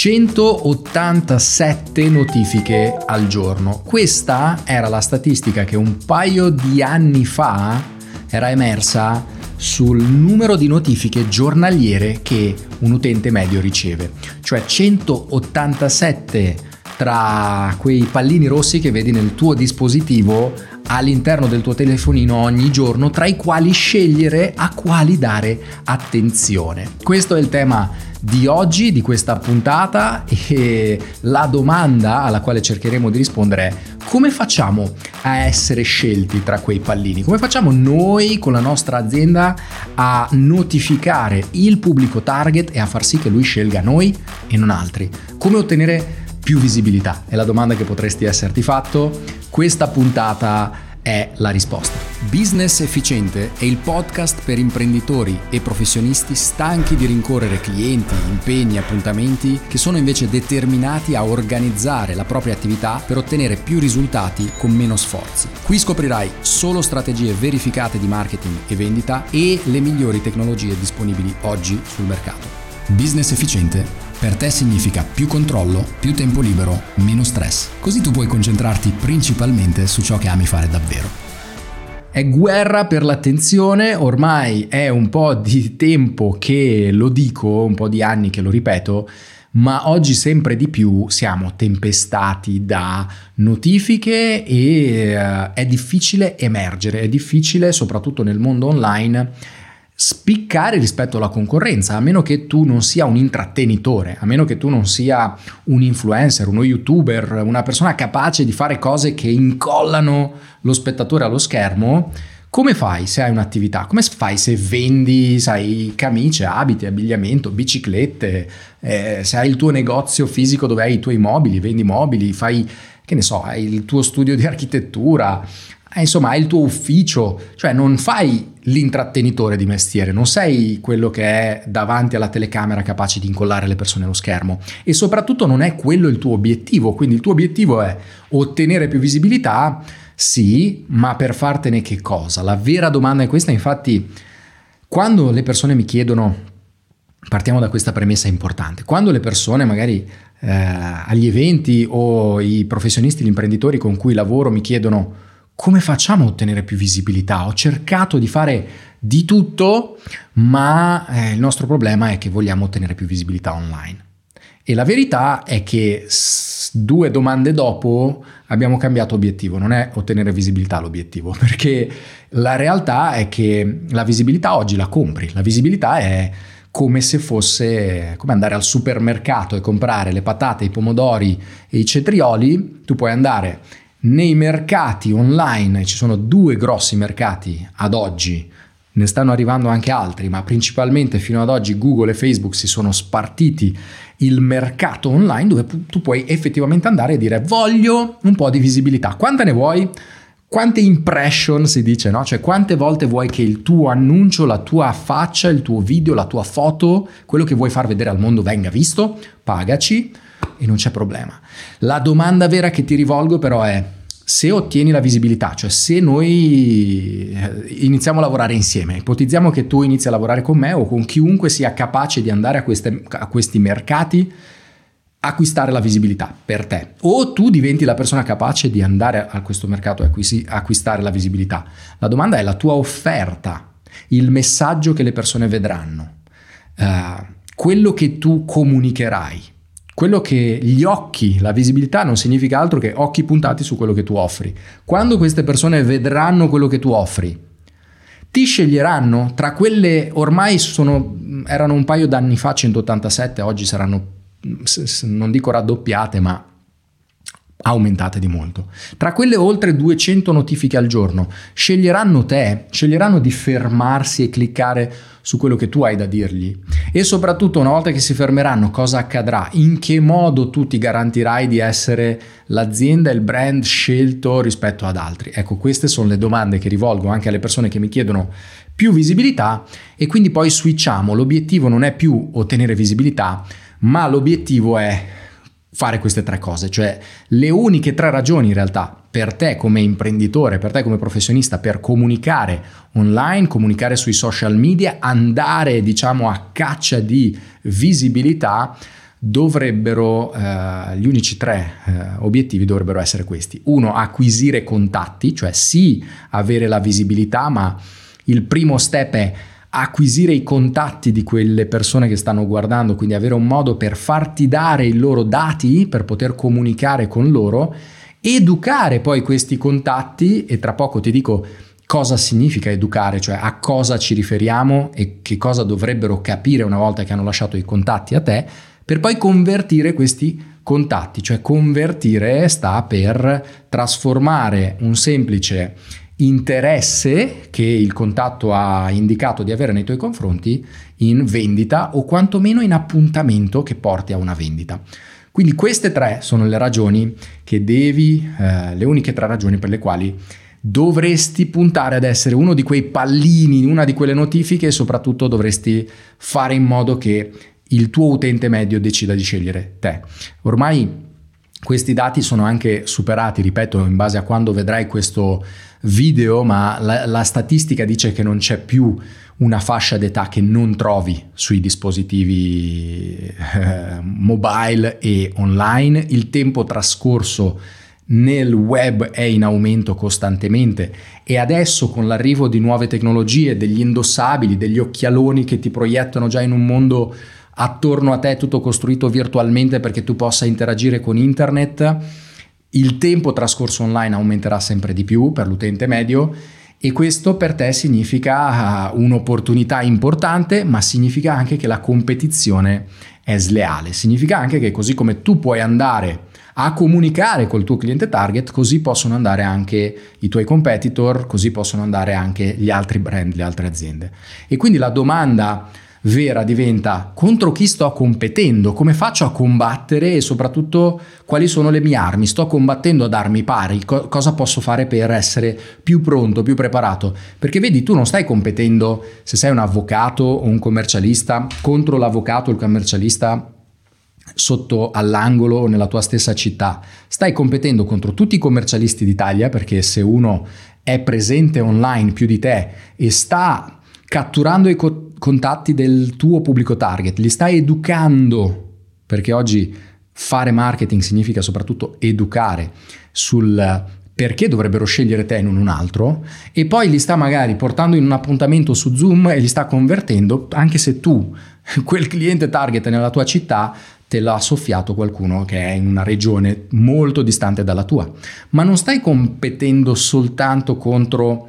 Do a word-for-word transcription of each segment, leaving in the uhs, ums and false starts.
centottantasette notifiche al giorno. Questa era la statistica che un paio di anni fa era emersa sul numero di notifiche giornaliere che un utente medio riceve, cioè centottantasette tra quei pallini rossi che vedi nel tuo dispositivo all'interno del tuo telefonino ogni giorno, tra i quali scegliere a quali dare attenzione. Questo è il tema di oggi, di questa puntata, e la domanda alla quale cercheremo di rispondere è: come facciamo a essere scelti tra quei pallini? Come facciamo noi con la nostra azienda a notificare il pubblico target e a far sì che lui scelga noi e non altri? Come ottenere più visibilità? È la domanda che potresti esserti fatto. Questa puntata è la risposta. Business Efficiente è il podcast per imprenditori e professionisti stanchi di rincorrere clienti, impegni, appuntamenti, che sono invece determinati a organizzare la propria attività per ottenere più risultati con meno sforzi. Qui scoprirai solo strategie verificate di marketing e vendita e le migliori tecnologie disponibili oggi sul mercato. Business Efficiente per te significa più controllo, più tempo libero, meno stress. Così tu puoi concentrarti principalmente su ciò che ami fare davvero. È guerra per l'attenzione, ormai è un po' di tempo che lo dico, un po' di anni che lo ripeto, ma oggi sempre di più siamo tempestati da notifiche e uh, è difficile emergere, è difficile soprattutto nel mondo online spiccare rispetto alla concorrenza, a meno che tu non sia un intrattenitore, a meno che tu non sia un influencer, uno youtuber, una persona capace di fare cose che incollano lo spettatore allo schermo. Come fai se hai un'attività? Come fai se vendi, sai, camicie, abiti, abbigliamento, biciclette, eh, se hai il tuo negozio fisico dove hai i tuoi mobili, vendi mobili, fai, che ne so, hai il tuo studio di architettura, eh, insomma hai il tuo ufficio, cioè non fai l'intrattenitore di mestiere, non sei quello che è davanti alla telecamera capace di incollare le persone allo schermo, e soprattutto non è quello il tuo obiettivo. Quindi il tuo obiettivo è ottenere più visibilità, sì, ma per fartene che cosa? La vera domanda è questa. Infatti, quando le persone mi chiedono, partiamo da questa premessa importante, quando le persone magari eh, agli eventi o i professionisti, gli imprenditori con cui lavoro mi chiedono come facciamo a ottenere più visibilità, ho cercato di fare di tutto, ma eh, il nostro problema è che vogliamo ottenere più visibilità online. E la verità è che s- due domande dopo abbiamo cambiato obiettivo. Non è ottenere visibilità l'obiettivo, perché la realtà è che la visibilità oggi la compri. La visibilità è come se fosse come andare al supermercato e comprare le patate, i pomodori e i cetrioli. Tu puoi andare nei mercati online, ci sono due grossi mercati ad oggi, ne stanno arrivando anche altri, ma principalmente fino ad oggi Google e Facebook si sono spartiti il mercato online, dove tu puoi effettivamente andare e dire: voglio un po' di visibilità. Quante ne vuoi? Quante impression si dice, no? Cioè quante volte vuoi che il tuo annuncio, la tua faccia, il tuo video, la tua foto, quello che vuoi far vedere al mondo venga visto? Pagaci e non c'è problema. La domanda vera che ti rivolgo però è: se ottieni la visibilità, cioè se noi iniziamo a lavorare insieme, ipotizziamo che tu inizi a lavorare con me o con chiunque sia capace di andare a, queste, a questi mercati, acquistare la visibilità per te, o tu diventi la persona capace di andare a questo mercato e acquistare la visibilità. La domanda è la tua offerta, il messaggio che le persone vedranno, uh, quello che tu comunicherai. Quello che gli occhi, la visibilità non significa altro che occhi puntati su quello che tu offri. Quando queste persone vedranno quello che tu offri, ti sceglieranno tra quelle, ormai sono, erano un paio d'anni fa centottantasette, oggi saranno, non dico raddoppiate, ma aumentate di molto. Tra quelle oltre duecento notifiche al giorno, sceglieranno te, sceglieranno di fermarsi e cliccare su quello che tu hai da dirgli. E soprattutto, una volta che si fermeranno, cosa accadrà? In che modo tu ti garantirai di essere l'azienda, il brand scelto rispetto ad altri? Ecco, queste sono le domande che rivolgo anche alle persone che mi chiedono più visibilità, e quindi poi switchiamo. L'obiettivo non è più ottenere visibilità, ma l'obiettivo è fare queste tre cose, cioè le uniche tre ragioni in realtà per te come imprenditore, per te come professionista, per comunicare online, comunicare sui social media, andare diciamo a caccia di visibilità, dovrebbero, eh, gli unici tre eh, obiettivi dovrebbero essere questi. Uno, acquisire contatti, cioè sì avere la visibilità, ma il primo step è acquisire i contatti di quelle persone che stanno guardando, quindi avere un modo per farti dare i loro dati per poter comunicare con loro, educare poi questi contatti, e tra poco ti dico cosa significa educare, cioè a cosa ci riferiamo e che cosa dovrebbero capire una volta che hanno lasciato i contatti a te, per poi convertire questi contatti, cioè convertire sta per trasformare un semplice interesse che il contatto ha indicato di avere nei tuoi confronti in vendita, o quantomeno in appuntamento che porti a una vendita. Quindi queste tre sono le ragioni che devi, eh, le uniche tre ragioni per le quali dovresti puntare ad essere uno di quei pallini, una di quelle notifiche, e soprattutto dovresti fare in modo che il tuo utente medio decida di scegliere te. Ormai questi dati sono anche superati, ripeto, in base a quando vedrai questo video, ma la, la statistica dice che non c'è più una fascia d'età che non trovi sui dispositivi eh, mobile e online. Il tempo trascorso nel web è in aumento costantemente, e adesso con l'arrivo di nuove tecnologie, degli indossabili, degli occhialoni che ti proiettano già in un mondo attorno a te tutto costruito virtualmente perché tu possa interagire con internet, il tempo trascorso online aumenterà sempre di più per l'utente medio, e questo per te significa un'opportunità importante, ma significa anche che la competizione è sleale. Significa anche che così come tu puoi andare a comunicare col tuo cliente target, così possono andare anche i tuoi competitor, così possono andare anche gli altri brand, le altre aziende. E quindi la domanda vera diventa: contro chi sto competendo? Come faccio a combattere? E soprattutto quali sono le mie armi? Sto combattendo ad armi pari? Co- cosa posso fare per essere più pronto, più preparato? Perché vedi, tu non stai competendo, se sei un avvocato o un commercialista, contro l'avvocato o il commercialista sotto all'angolo o nella tua stessa città. Stai competendo contro tutti i commercialisti d'Italia, perché se uno è presente online più di te e sta catturando i co- contatti del tuo pubblico target, li stai educando, perché oggi fare marketing significa soprattutto educare sul perché dovrebbero scegliere te e non un altro, e poi li sta magari portando in un appuntamento su Zoom e li sta convertendo, anche se tu quel cliente target nella tua città te l'ha soffiato qualcuno che è in una regione molto distante dalla tua. Ma non stai competendo soltanto contro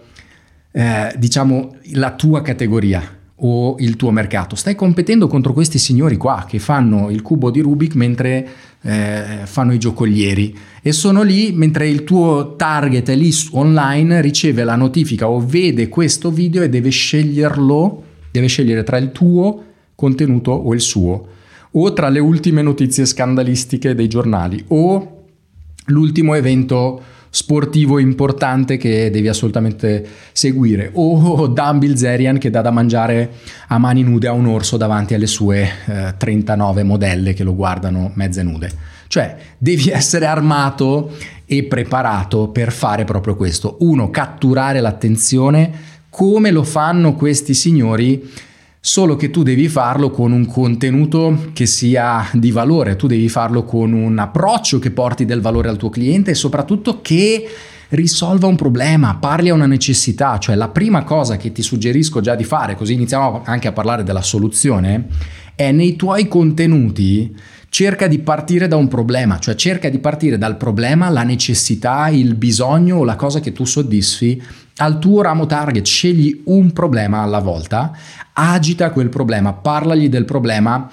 eh, diciamo la tua categoria o il tuo mercato, stai competendo contro questi signori qua che fanno il cubo di Rubik mentre eh, fanno i giocolieri, e sono lì mentre il tuo target è lì online, riceve la notifica o vede questo video e deve sceglierlo, deve scegliere tra il tuo contenuto o il suo, o tra le ultime notizie scandalistiche dei giornali o l'ultimo evento sportivo importante che devi assolutamente seguire, o Dan Bilzerian che dà da mangiare a mani nude a un orso davanti alle sue eh, trentanove modelle che lo guardano mezze nude. Cioè devi essere armato e preparato per fare proprio questo. Uno, catturare l'attenzione come lo fanno questi signori, solo che tu devi farlo con un contenuto che sia di valore, tu devi farlo con un approccio che porti del valore al tuo cliente e soprattutto che risolva un problema, parli a una necessità. Cioè la prima cosa che ti suggerisco già di fare, così iniziamo anche a parlare della soluzione, è nei tuoi contenuti cerca di partire da un problema, cioè cerca di partire dal problema, la necessità, il bisogno o la cosa che tu soddisfi al tuo ramo target. Scegli un problema alla volta, agita quel problema, parlagli del problema,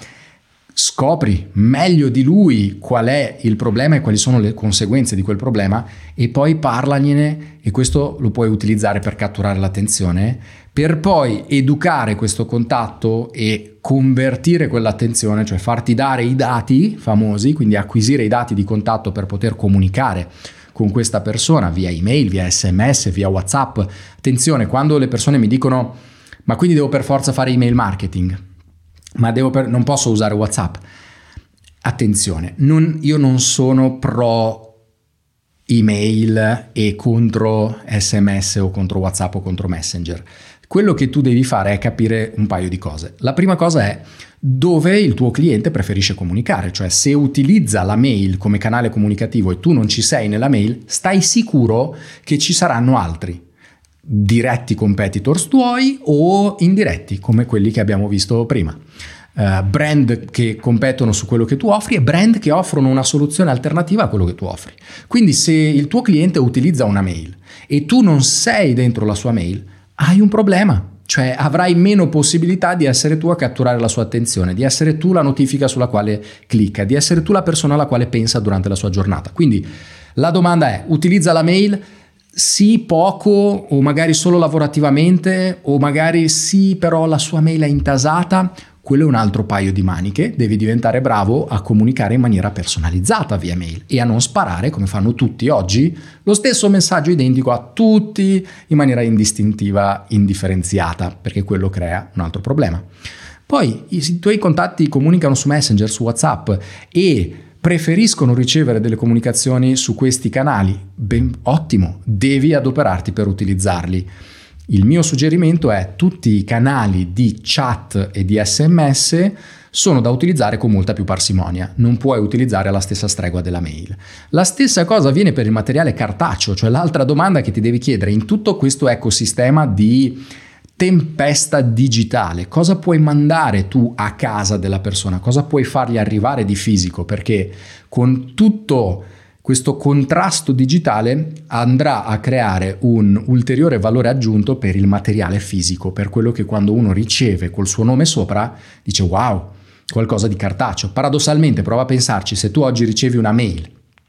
scopri meglio di lui qual è il problema e quali sono le conseguenze di quel problema e poi parlagliene, e questo lo puoi utilizzare per catturare l'attenzione, per poi educare questo contatto e convertire quell'attenzione, cioè farti dare i dati famosi, quindi acquisire i dati di contatto per poter comunicare con questa persona via email, via sms, via WhatsApp. Attenzione, quando le persone mi dicono ma quindi devo per forza fare email marketing, ma devo per, non posso usare WhatsApp. Attenzione, non, io non sono pro email e contro sms o contro WhatsApp o contro Messenger. Quello che tu devi fare è capire un paio di cose. La prima cosa è: dove il tuo cliente preferisce comunicare, cioè se utilizza la mail come canale comunicativo e tu non ci sei nella mail, stai sicuro che ci saranno altri, diretti competitors tuoi o indiretti come quelli che abbiamo visto prima. Uh, brand che competono su quello che tu offri e brand che offrono una soluzione alternativa a quello che tu offri. Quindi se il tuo cliente utilizza una mail e tu non sei dentro la sua mail, hai un problema. Cioè avrai meno possibilità di essere tu a catturare la sua attenzione, di essere tu la notifica sulla quale clicca, di essere tu la persona alla quale pensa durante la sua giornata. Quindi la domanda è: utilizza la mail? Sì, poco, o magari solo lavorativamente, o magari sì, però la sua mail è intasata. Quello è un altro paio di maniche. Devi diventare bravo a comunicare in maniera personalizzata via mail e a non sparare, come fanno tutti oggi, lo stesso messaggio identico a tutti in maniera indistintiva, indifferenziata, perché quello crea un altro problema. Poi i tuoi contatti comunicano su Messenger, su WhatsApp e preferiscono ricevere delle comunicazioni su questi canali. Ben, ottimo, devi adoperarti per utilizzarli. Il mio suggerimento è: tutti i canali di chat e di sms sono da utilizzare con molta più parsimonia, non puoi utilizzare alla stessa stregua della mail. La stessa cosa avviene per il materiale cartaceo, cioè l'altra domanda che ti devi chiedere in tutto questo ecosistema di tempesta digitale: cosa puoi mandare tu a casa della persona, cosa puoi fargli arrivare di fisico, perché con tutto questo contrasto digitale andrà a creare un ulteriore valore aggiunto per il materiale fisico, per quello che quando uno riceve col suo nome sopra dice wow, qualcosa di cartaceo. Paradossalmente, prova a pensarci: se tu oggi ricevi una mail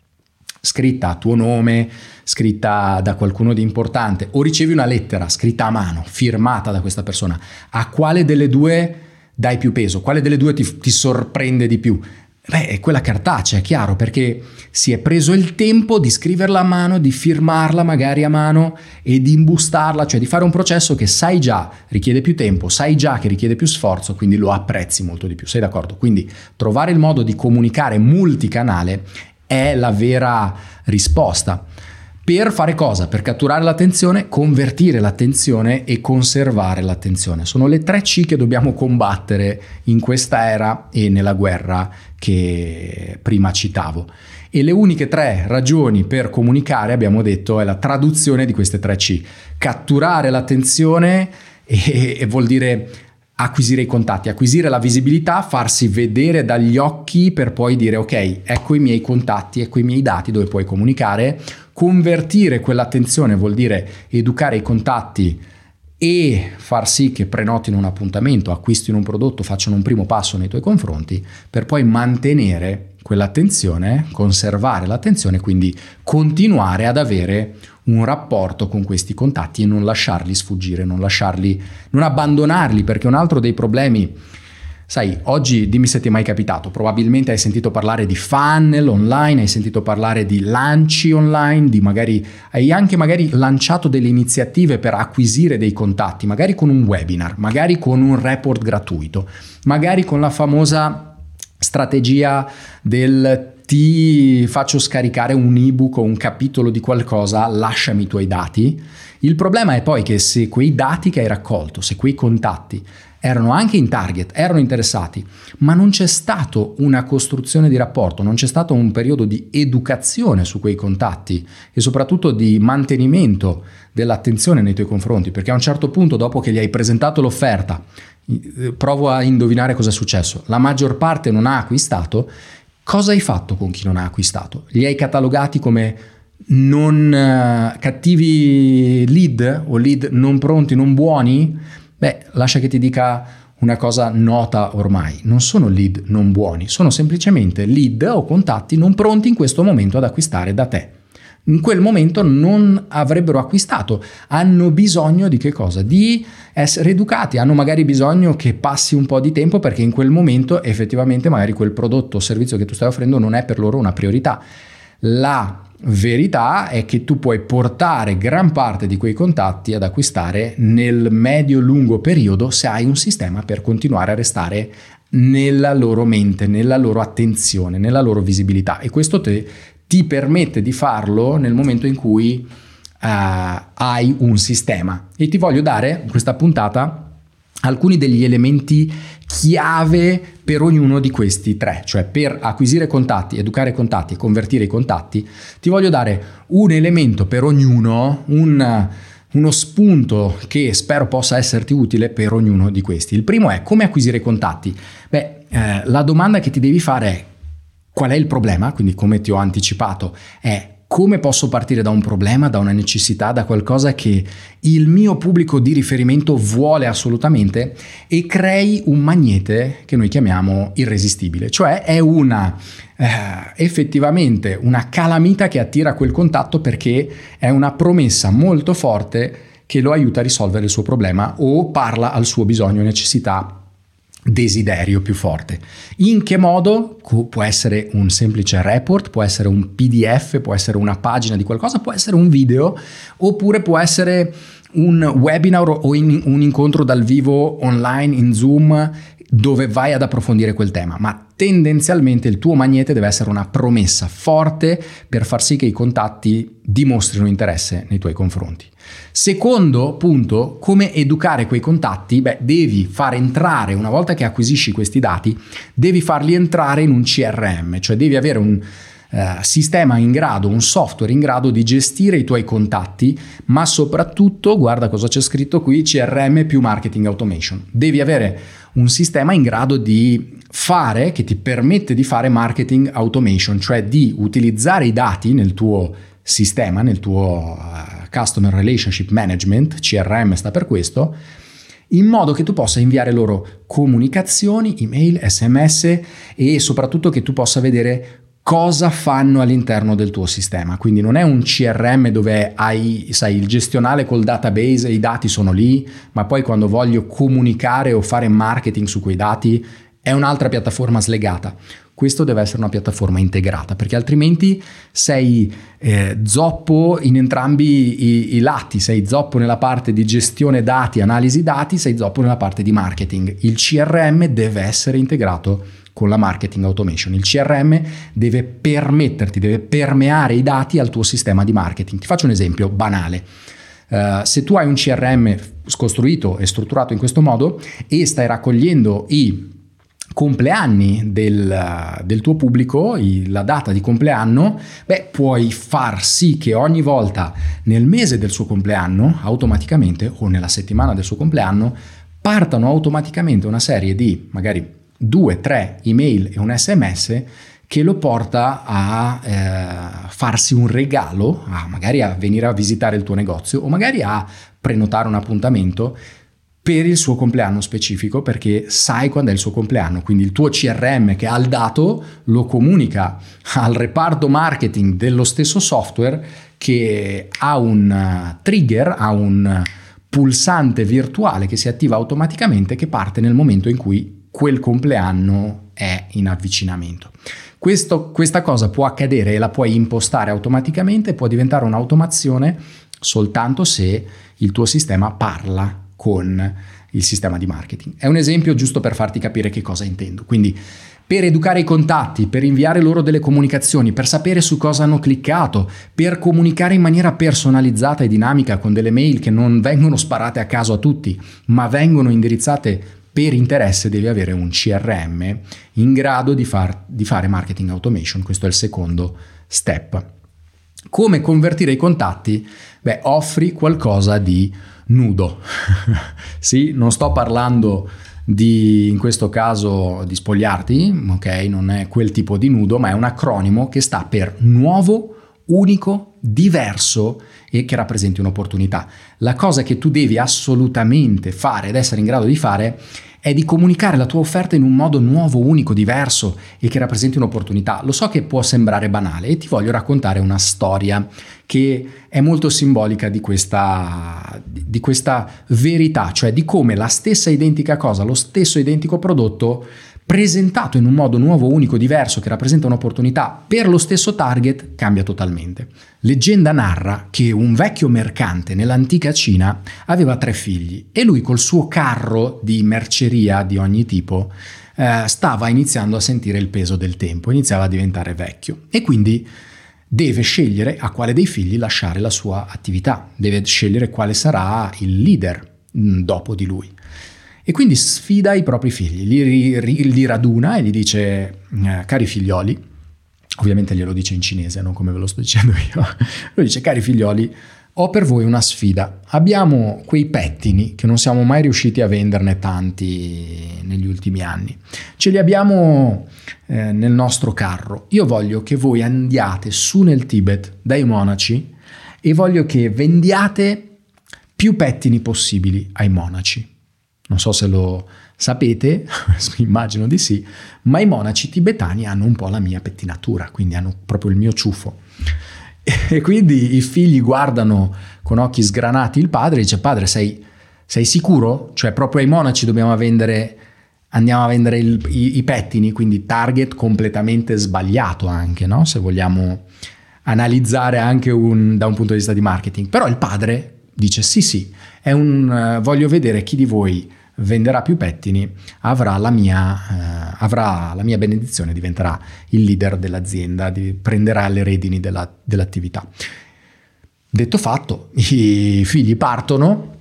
scritta a tuo nome, scritta da qualcuno di importante, o ricevi una lettera scritta a mano, firmata da questa persona, a quale delle due dai più peso? Quale delle due ti, ti sorprende di più? Beh, è quella cartacea, è chiaro, perché si è preso il tempo di scriverla a mano, di firmarla magari a mano e di imbustarla, cioè di fare un processo che sai già richiede più tempo, sai già che richiede più sforzo, quindi lo apprezzi molto di più, sei d'accordo? Quindi trovare il modo di comunicare multicanale è la vera risposta. Per fare cosa? Per catturare l'attenzione, convertire l'attenzione e conservare l'attenzione. Sono le tre C che dobbiamo combattere in questa era e nella guerra che prima citavo. E le uniche tre ragioni per comunicare, abbiamo detto, è la traduzione di queste tre C. Catturare l'attenzione e, e vuol dire acquisire i contatti, acquisire la visibilità, farsi vedere dagli occhi per poi dire ok, ecco i miei contatti, ecco i miei dati dove puoi comunicare. Convertire quell'attenzione vuol dire educare i contatti e far sì che prenotino un appuntamento, acquistino un prodotto, facciano un primo passo nei tuoi confronti, per poi mantenere quell'attenzione, conservare l'attenzione, quindi continuare ad avere un rapporto con questi contatti e non lasciarli sfuggire, non lasciarli, non abbandonarli, perché un altro dei problemi, sai, oggi dimmi se ti è mai capitato, probabilmente hai sentito parlare di funnel online, hai sentito parlare di lanci online, di magari hai anche magari lanciato delle iniziative per acquisire dei contatti, magari con un webinar, magari con un report gratuito, magari con la famosa strategia del ti faccio scaricare un ebook o un capitolo di qualcosa, lasciami i tuoi dati. Il problema è poi che se quei dati che hai raccolto, se quei contatti erano anche in target, erano interessati, ma non c'è stato una costruzione di rapporto, non c'è stato un periodo di educazione su quei contatti e soprattutto di mantenimento dell'attenzione nei tuoi confronti, perché a un certo punto, dopo che gli hai presentato l'offerta, provo a indovinare cosa è successo, la maggior parte non ha acquistato. Cosa hai fatto con chi non ha acquistato? Li hai catalogati come non uh, cattivi lead o lead non pronti, non buoni? Beh, lascia che ti dica una cosa nota ormai. Non sono lead non buoni, sono semplicemente lead o contatti non pronti in questo momento ad acquistare da te. In quel momento non avrebbero acquistato, hanno bisogno di che cosa? Di essere educati, hanno magari bisogno che passi un po' di tempo perché in quel momento effettivamente magari quel prodotto o servizio che tu stai offrendo non è per loro una priorità. La verità è che tu puoi portare gran parte di quei contatti ad acquistare nel medio-lungo periodo se hai un sistema per continuare a restare nella loro mente, nella loro attenzione, nella loro visibilità, e questo te ti permette di farlo nel momento in cui uh, hai un sistema. E ti voglio dare in questa puntata alcuni degli elementi chiave per ognuno di questi tre, cioè per acquisire contatti, educare i contatti e convertire i contatti. Ti voglio dare un elemento per ognuno, un, uno spunto che spero possa esserti utile per ognuno di questi. Il primo è come acquisire i contatti. Beh, eh, la domanda che ti devi fare è: qual è il problema? Quindi, come ti ho anticipato, è come posso partire da un problema, da una necessità, da qualcosa che il mio pubblico di riferimento vuole assolutamente, e crei un magnete che noi chiamiamo irresistibile, cioè è una eh, effettivamente una calamita che attira quel contatto perché è una promessa molto forte che lo aiuta a risolvere il suo problema o parla al suo bisogno, necessità, desiderio più forte. In che modo? Può essere un semplice report, può essere un P D F, può essere una pagina di qualcosa, può essere un video, oppure può essere un webinar o in, un incontro dal vivo online in Zoom dove vai ad approfondire quel tema, ma tendenzialmente il tuo magnete deve essere una promessa forte per far sì che i contatti dimostrino interesse nei tuoi confronti. Secondo punto, come educare quei contatti? Beh, devi far entrare, una volta che acquisisci questi dati, devi farli entrare in un C R M, cioè devi avere un Uh, sistema in grado, un software in grado di gestire i tuoi contatti, ma soprattutto, guarda cosa c'è scritto qui, C R M più marketing automation. Devi avere un sistema in grado di fare, che ti permette di fare marketing automation, cioè di utilizzare i dati nel tuo sistema, nel tuo uh, Customer Relationship Management, C R M sta per questo, in modo che tu possa inviare loro comunicazioni, email, sms e soprattutto che tu possa vedere cosa fanno all'interno del tuo sistema. Quindi non è un C R M dove hai, sai, il gestionale col database e i dati sono lì, ma poi quando voglio comunicare o fare marketing su quei dati è un'altra piattaforma slegata. Questo deve essere una piattaforma integrata, perché altrimenti sei eh, zoppo in entrambi i, i lati, sei zoppo nella parte di gestione dati, analisi dati, sei zoppo nella parte di marketing. Il C R M deve essere integrato con la marketing automation. Il C R M deve permetterti, deve permeare i dati al tuo sistema di marketing. Ti faccio un esempio banale. Uh, se tu hai un C R M costruito e strutturato in questo modo e stai raccogliendo i compleanni del, del tuo pubblico, i, la data di compleanno, beh, puoi far sì che ogni volta nel mese del suo compleanno, automaticamente, o nella settimana del suo compleanno, partano automaticamente una serie di magari due, tre email e un sms che lo porta a eh, farsi un regalo, a magari a venire a visitare il tuo negozio o magari a prenotare un appuntamento per il suo compleanno specifico, perché sai quando è il suo compleanno. Quindi il tuo C R M che ha il dato lo comunica al reparto marketing dello stesso software, che ha un trigger, ha un pulsante virtuale che si attiva automaticamente, che parte nel momento in cui quel compleanno è in avvicinamento. Questo, questa cosa può accadere e la puoi impostare automaticamente, può diventare un'automazione soltanto se il tuo sistema parla con il sistema di marketing. È un esempio giusto per farti capire che cosa intendo. Quindi per educare i contatti, per inviare loro delle comunicazioni, per sapere su cosa hanno cliccato, per comunicare in maniera personalizzata e dinamica con delle mail che non vengono sparate a caso a tutti, ma vengono indirizzate per interesse, devi avere un C R M in grado di, far, di fare marketing automation. Questo è il secondo step. Come convertire i contatti? Beh, offri qualcosa di nudo. Sì, non sto parlando di, in questo caso, di spogliarti, ok? Non è quel tipo di nudo, ma è un acronimo che sta per nuovo, unico, diverso e che rappresenti un'opportunità. La cosa che tu devi assolutamente fare ed essere in grado di fare è di comunicare la tua offerta in un modo nuovo, unico, diverso e che rappresenti un'opportunità. Lo so che può sembrare banale e ti voglio raccontare una storia che è molto simbolica di questa, di questa verità, cioè di come la stessa identica cosa, lo stesso identico prodotto presentato in un modo nuovo, unico, diverso, che rappresenta un'opportunità per lo stesso target, cambia totalmente. Leggenda narra che un vecchio mercante nell'antica Cina aveva tre figli e lui col suo carro di merceria di ogni tipo eh, stava iniziando a sentire il peso del tempo, iniziava a diventare vecchio e quindi deve scegliere a quale dei figli lasciare la sua attività, deve scegliere quale sarà il leader mh, dopo di lui. E quindi sfida i propri figli, li, li, li raduna e gli dice: eh, cari figlioli, ovviamente glielo dice in cinese, non come ve lo sto dicendo io, lo dice: cari figlioli, ho per voi una sfida. Abbiamo quei pettini che non siamo mai riusciti a venderne tanti negli ultimi anni. Ce li abbiamo eh, nel nostro carro. Io voglio che voi andiate su nel Tibet dai monaci e voglio che vendiate più pettini possibili ai monaci. Non so se lo sapete, immagino di sì, ma i monaci tibetani hanno un po' la mia pettinatura, quindi hanno proprio il mio ciuffo. E quindi i figli guardano con occhi sgranati il padre e dice: padre, sei, sei sicuro? Cioè proprio ai monaci dobbiamo vendere, andiamo a vendere il, i, i pettini, quindi target completamente sbagliato anche, no? Se vogliamo analizzare anche un, da un punto di vista di marketing. Però il padre dice: sì sì, è un, uh, voglio vedere chi di voi venderà più pettini, avrà la mia, eh, avrà la mia benedizione, diventerà il leader dell'azienda, di, prenderà le redini della, dell'attività. Detto fatto, i figli partono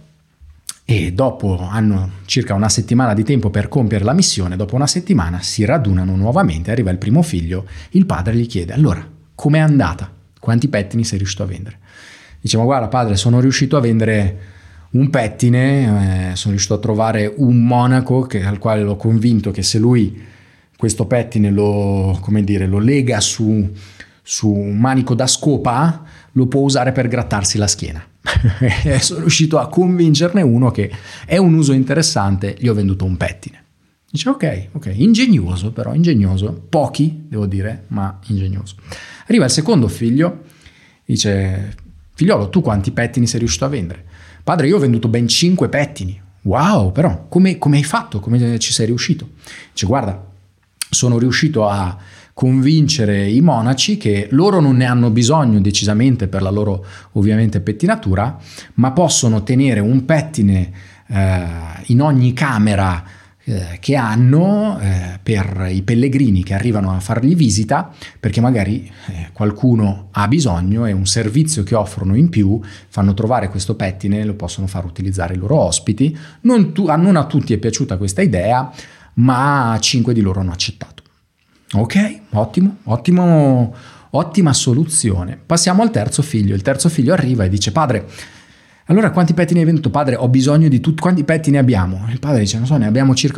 e dopo hanno circa una settimana di tempo per compiere la missione. Dopo una settimana si radunano nuovamente, arriva il primo figlio, il padre gli chiede: allora, com'è andata? Quanti pettini sei riuscito a vendere? Dice: ma guarda padre, sono riuscito a vendere un pettine, eh, sono riuscito a trovare un monaco che, al quale l'ho convinto che se lui questo pettine lo, come dire, lo lega su, su un manico da scopa, lo può usare per grattarsi la schiena. Sono riuscito a convincerne uno che è un uso interessante, gli ho venduto un pettine. Dice: ok, ok, ingegnoso però, ingegnoso, pochi devo dire, ma ingegnoso. Arriva il secondo figlio, dice: figliolo, tu quanti pettini sei riuscito a vendere? Padre, io ho venduto ben cinque pettini. Wow, però come, come hai fatto? Come ci sei riuscito? Dice: guarda, sono riuscito a convincere i monaci che loro non ne hanno bisogno decisamente per la loro ovviamente pettinatura, ma possono tenere un pettine eh, in ogni camera eh, che hanno eh, per i pellegrini che arrivano a fargli visita, perché magari eh, qualcuno ha bisogno, è un servizio che offrono in più, fanno trovare questo pettine e lo possono far utilizzare i loro ospiti. Non, tu, non a tutti è piaciuta questa idea, ma cinque di loro hanno accettato. Ok, ottimo, ottimo, ottima soluzione. Passiamo al terzo figlio. Il terzo figlio arriva e dice: padre, allora quanti pettini hai venduto? Padre, ho bisogno di tutti. Quanti pettini abbiamo? Il padre dice: non so, ne abbiamo circa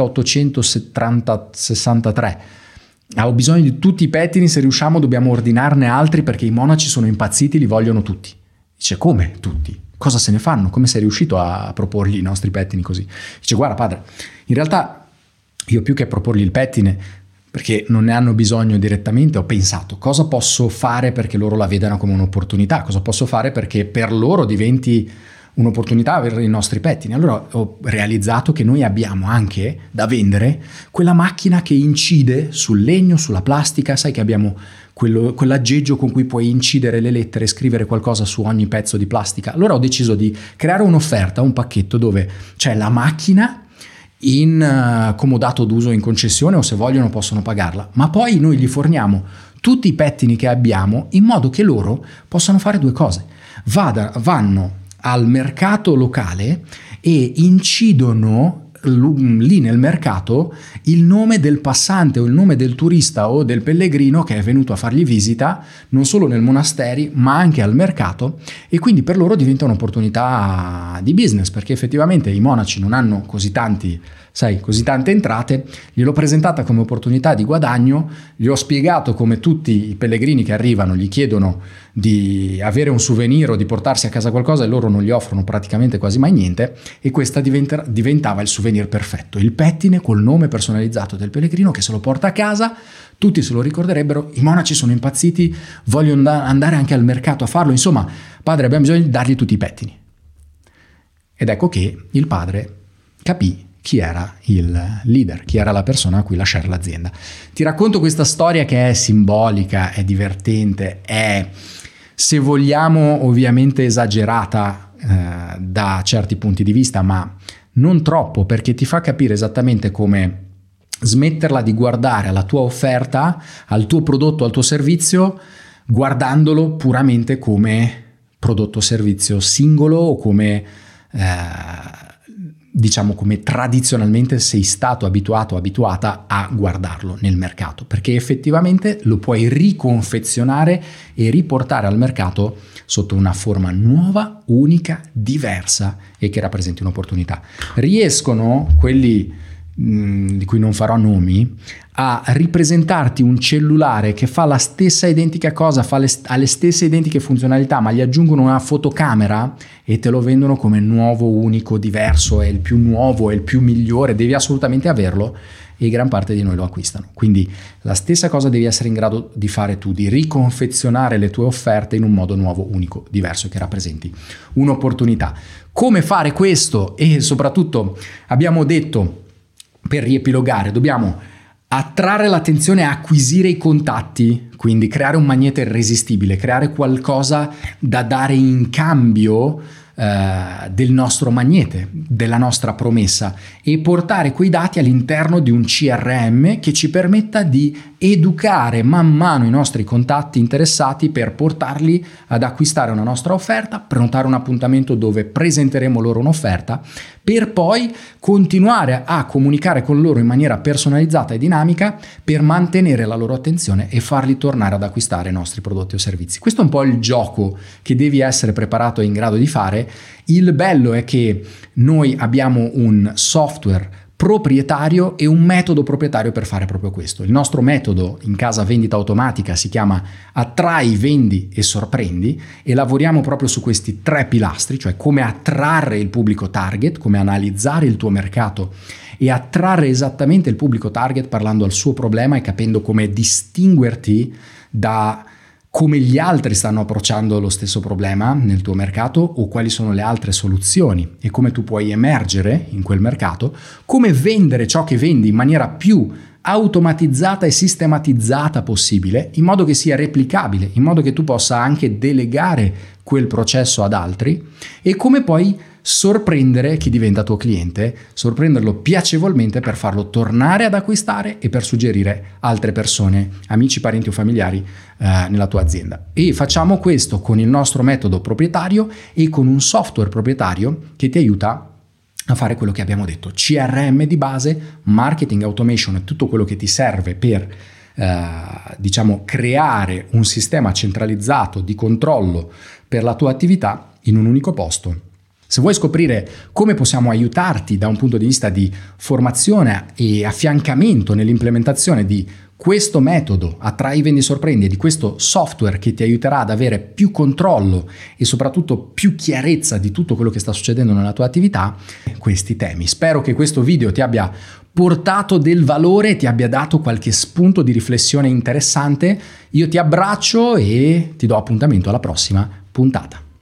ottocentosessantatré. Ah, ho bisogno di tutti i pettini, se riusciamo dobbiamo ordinarne altri perché i monaci sono impazziti, li vogliono tutti. Dice: come tutti? Cosa se ne fanno? Come sei riuscito a proporgli i nostri pettini così? Dice: guarda padre, in realtà io più che proporgli il pettine, perché non ne hanno bisogno direttamente, ho pensato: cosa posso fare perché loro la vedano come un'opportunità? Cosa posso fare perché per loro diventi un'opportunità avere i nostri pettini? Allora ho realizzato che noi abbiamo anche da vendere quella macchina che incide sul legno, sulla plastica. Sai che abbiamo quello, quell'aggeggio con cui puoi incidere le lettere e scrivere qualcosa su ogni pezzo di plastica. Allora ho deciso di creare un'offerta, un pacchetto dove c'è la macchina in uh, comodato d'uso in concessione, o se vogliono possono pagarla, ma poi noi gli forniamo tutti i pettini che abbiamo in modo che loro possano fare due cose: Vada, vanno al mercato locale e incidono lì nel mercato il nome del passante o il nome del turista o del pellegrino che è venuto a fargli visita, non solo nel monasteri ma anche al mercato, e quindi per loro diventa un'opportunità di business, perché effettivamente i monaci non hanno così tanti, sai, così tante entrate. Gliel'ho presentata come opportunità di guadagno, gli ho spiegato come tutti i pellegrini che arrivano gli chiedono di avere un souvenir o di portarsi a casa qualcosa e loro non gli offrono praticamente quasi mai niente, e questa diventa, diventava il souvenir perfetto, il pettine col nome personalizzato del pellegrino che se lo porta a casa, tutti se lo ricorderebbero, i monaci sono impazziti, vogliono andare anche al mercato a farlo. Insomma, padre, abbiamo bisogno di dargli tutti i pettini. Ed ecco che il padre capì chi era il leader, chi era la persona a cui lasciare l'azienda. Ti racconto questa storia che è simbolica, è divertente, è, se vogliamo, ovviamente esagerata eh, da certi punti di vista, ma non troppo, perché ti fa capire esattamente come smetterla di guardare alla tua offerta, al tuo prodotto, al tuo servizio, guardandolo puramente come prodotto o servizio singolo o come eh, diciamo come tradizionalmente sei stato abituato o abituata a guardarlo nel mercato, perché effettivamente lo puoi riconfezionare e riportare al mercato sotto una forma nuova, unica, diversa e che rappresenti un'opportunità. Riescono quelli mh, di cui non farò nomi a ripresentarti un cellulare che fa la stessa identica cosa, fa le, ha le stesse identiche funzionalità, ma gli aggiungono una fotocamera e te lo vendono come nuovo, unico, diverso, è il più nuovo, è il più migliore, devi assolutamente averlo, e gran parte di noi lo acquistano. Quindi la stessa cosa devi essere in grado di fare tu, di riconfezionare le tue offerte in un modo nuovo, unico, diverso, che rappresenti un'opportunità. Come fare questo? E soprattutto abbiamo detto, per riepilogare, dobbiamo attrarre l'attenzione e acquisire i contatti, quindi creare un magnete irresistibile, creare qualcosa da dare in cambio eh, del nostro magnete, della nostra promessa, e portare quei dati all'interno di un C R M che ci permetta di educare man mano i nostri contatti interessati per portarli ad acquistare una nostra offerta, prenotare un appuntamento dove presenteremo loro un'offerta, per poi continuare a comunicare con loro in maniera personalizzata e dinamica per mantenere la loro attenzione e farli tornare ad acquistare i nostri prodotti o servizi. Questo è un po' il gioco che devi essere preparato e in grado di fare. Il bello è che noi abbiamo un software proprietario e un metodo proprietario per fare proprio questo. Il nostro metodo in casa vendita automatica si chiama Attrai, Vendi e Sorprendi, e lavoriamo proprio su questi tre pilastri, cioè come attrarre il pubblico target, come analizzare il tuo mercato e attrarre esattamente il pubblico target parlando al suo problema e capendo come distinguerti da come gli altri stanno approcciando lo stesso problema nel tuo mercato o quali sono le altre soluzioni e come tu puoi emergere in quel mercato, come vendere ciò che vendi in maniera più automatizzata e sistematizzata possibile, in modo che sia replicabile, in modo che tu possa anche delegare quel processo ad altri, e come poi sorprendere chi diventa tuo cliente, sorprenderlo piacevolmente per farlo tornare ad acquistare e per suggerire altre persone, amici, parenti o familiari eh, nella tua azienda. E facciamo questo con il nostro metodo proprietario e con un software proprietario che ti aiuta a fare quello che abbiamo detto: C R M di base, marketing automation e tutto quello che ti serve per eh, diciamo creare un sistema centralizzato di controllo per la tua attività in un unico posto. Se vuoi scoprire come possiamo aiutarti da un punto di vista di formazione e affiancamento nell'implementazione di questo metodo Attrai, Vendi, Sorprendi, e di questo software che ti aiuterà ad avere più controllo e soprattutto più chiarezza di tutto quello che sta succedendo nella tua attività, questi temi. Spero che questo video ti abbia portato del valore e ti abbia dato qualche spunto di riflessione interessante. Io ti abbraccio e ti do appuntamento alla prossima puntata.